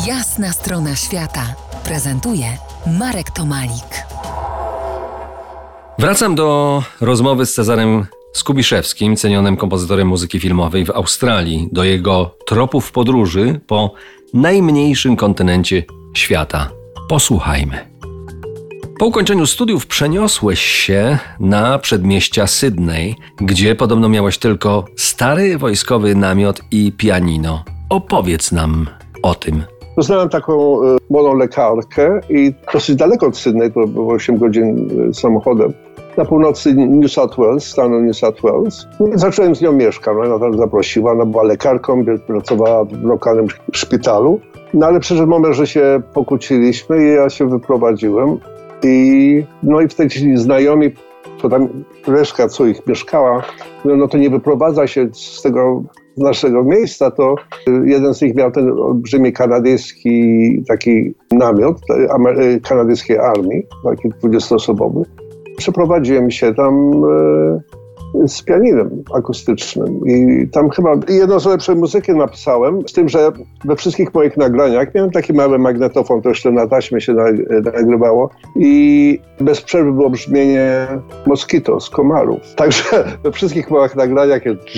Jasna strona świata prezentuje Marek Tomalik. Wracam do rozmowy z Cezarem Skubiszewskim, cenionym kompozytorem muzyki filmowej w Australii, do jego tropów podróży po najmniejszym kontynencie świata. Posłuchajmy. Po ukończeniu studiów przeniosłeś się na przedmieścia Sydney, gdzie podobno miałeś tylko stary wojskowy namiot i pianino. Opowiedz nam o tym. Poznałem taką młodą lekarkę i dosyć daleko od Sydney, to było 8 godzin samochodem, na północy New South Wales, stanu New South Wales. I zacząłem z nią mieszkać. Ona tam zaprosiła, ona była lekarką, pracowała w lokalnym szpitalu. No ale przyszedł moment, że się pokłóciliśmy i ja się wyprowadziłem. I wtedy ci znajomi, to tam resztka, co ich mieszkała, no to nie wyprowadza się z naszego miejsca, to jeden z nich miał ten olbrzymi kanadyjski taki namiot kanadyjskiej armii, taki 20-osobowy. Przeprowadziłem się tam z pianinem akustycznym i tam chyba jedną z lepszej muzyki napisałem, z tym, że we wszystkich moich nagraniach miałem taki mały magnetofon, to jeszcze na taśmie się nagrywało i bez przerwy było brzmienie moskito z komarów. Także we wszystkich moich nagraniach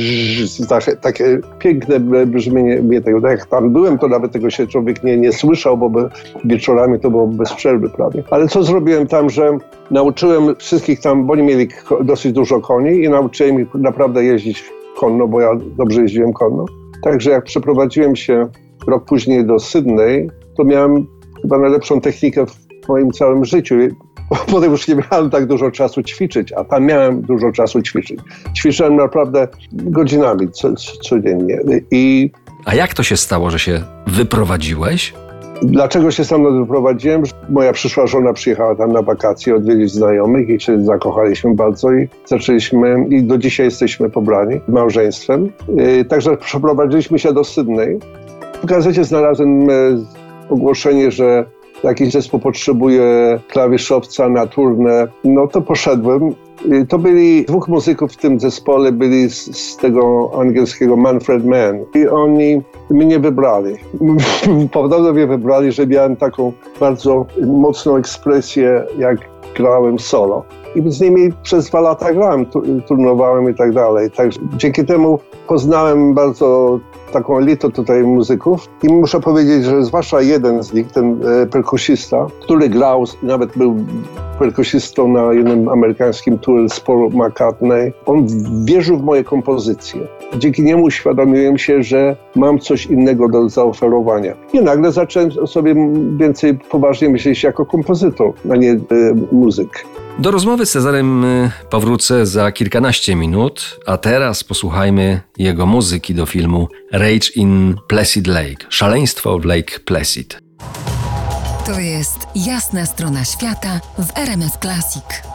takie piękne brzmienie tego. Jak tam byłem, to nawet tego się człowiek nie słyszał, bo wieczorami to było bez przerwy prawie. Ale co zrobiłem tam, że nauczyłem wszystkich tam, bo oni mieli dosyć dużo koni i nauczyłem ich naprawdę jeździć konno, bo ja dobrze jeździłem konno. Także jak przeprowadziłem się rok później do Sydney, to miałem chyba najlepszą technikę w moim całym życiu. Potem już nie miałem tak dużo czasu ćwiczyć, a tam miałem dużo czasu ćwiczyć. Ćwiczyłem naprawdę godzinami codziennie. A jak to się stało, że się wyprowadziłeś? Dlaczego się stamtąd wyprowadziłem? Moja przyszła żona przyjechała tam na wakacje odwiedzić znajomych i się zakochaliśmy bardzo i zaczęliśmy, i do dzisiaj jesteśmy pobrani małżeństwem. Także przeprowadziliśmy się do Sydney. W gazecie znalazłem ogłoszenie, że jakiś zespół potrzebuje klawiszowca na turnę. No to poszedłem. To byli dwóch muzyków w tym zespole, byli z tego angielskiego Manfred Mann i oni mnie wybrali. Podobno mnie wybrali, że miałem taką bardzo mocną ekspresję, jak grałem solo. I z nimi przez 2 lata grałem, turnowałem i tak dalej. Także dzięki temu poznałem bardzo taką elitę tutaj muzyków i muszę powiedzieć, że zwłaszcza jeden z nich, ten perkusista, który grał, nawet był perkusistą na jednym amerykańskim tour z Paul McCartney, on wierzył w moje kompozycje. Dzięki niemu uświadomiłem się, że mam coś innego do zaoferowania. I nagle zacząłem sobie więcej poważnie myśleć jako kompozytor, a nie muzyk. Do rozmowy z Cezarem powrócę za kilkanaście minut, a teraz posłuchajmy jego muzyki do filmu Rage in Placid Lake. Szaleństwo w Lake Placid. To jest Jasna strona świata w RMF Classic.